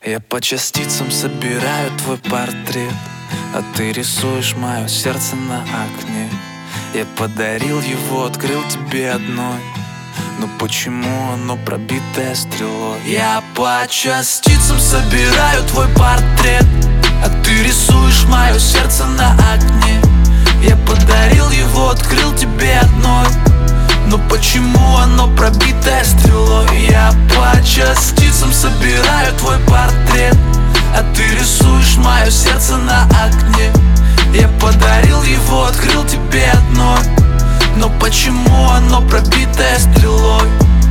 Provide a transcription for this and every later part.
Я по частицам собираю твой портрет, а ты рисуешь мое сердце на окне. Я подарил его, открыл тебе одной, но почему оно пробитое стрелой? Я по частицам собираю твой портрет, а ты рисуешь мое сердце на окне. Я подарил его, открыл тебе одной, но почему оно пробитое стрелой? Я по частицам собираю твой портрет, а ты рисуешь мое сердце на окне. Я подарил его, открыл тебе одной, но почему оно пробитое стрелой?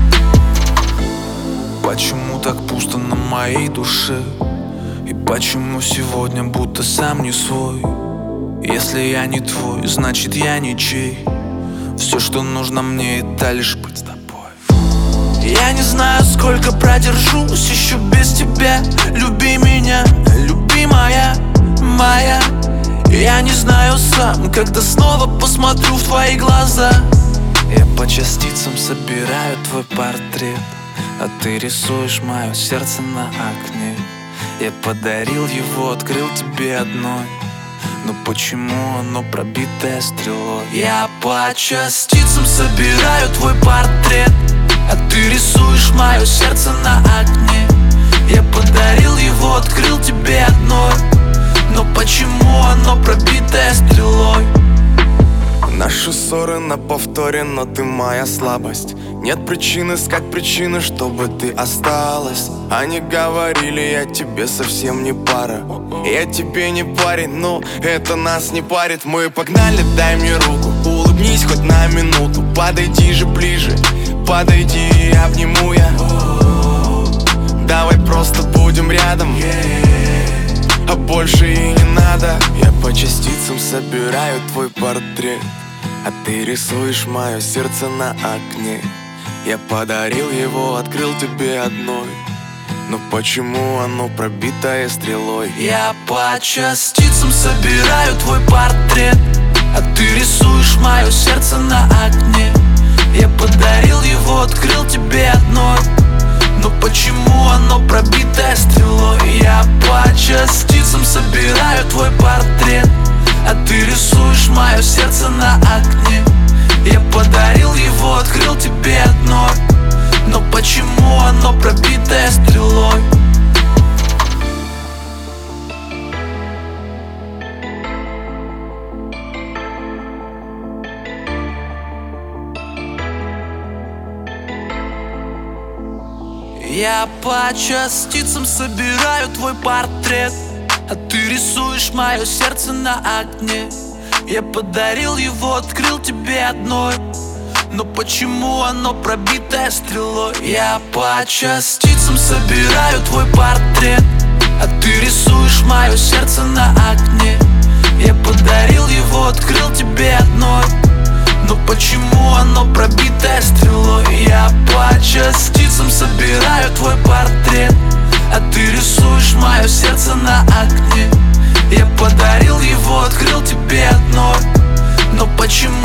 Почему так пусто на моей душе? И почему сегодня будто сам не свой? Если я не твой, значит я ничей. Все, что нужно мне, это лишь быть с тобой. Я не знаю, сколько продержусь еще без тебя. Люби меня, любимая моя. Я не знаю сам, когда снова посмотрю в твои глаза. Я по частицам собираю твой портрет, а ты рисуешь мое сердце на окне. Я подарил его, открыл тебе одной, но почему оно пробитое стрелой? Я по частицам собираю твой портрет, а ты рисуешь мое сердце на окне. Я подарил его, открыл тебе одной, но почему оно пробитое стрелой? Наши ссоры на повторе, но ты моя слабость. Нет причин искать причины, чтобы ты осталась. Они говорили, я тебе совсем не пара. Я тебе не парень, но это нас не парит. Мы погнали, дай мне руку, улыбнись хоть на минуту. Подойди же ближе, подойди и обниму я. Давай просто будем рядом, а больше и не надо. Я по частицам собираю твой портрет, а ты рисуешь мое сердце на окне. Я подарил его, открыл тебе одной, но почему оно пробитое стрелой? Я по частицам собираю твой портрет, а ты рисуешь мое сердце на окне. Я подарил его, открыл тебе одной, но почему оно пробитое стрелой? Я по частицам собираю твой портрет, а ты рисуешь мое сердце на окне. Я подарил его, открыл тебе одной, но почему оно пробитое стрелой? Я по частицам собираю твой портрет, а ты рисуешь мое сердце на окне. Я подарил его, открыл тебе одной, но почему оно пробитое стрелой? Я по частицам собираю твой портрет, а ты рисуешь мое сердце на окне. Я подарил его, открыл тебе одной, но почему оно пробитое стрелой? Я по частицам собираю твой портрет, а ты рисуешь мое сердце на окне. Я подарил его, открыл тебе одной, но почему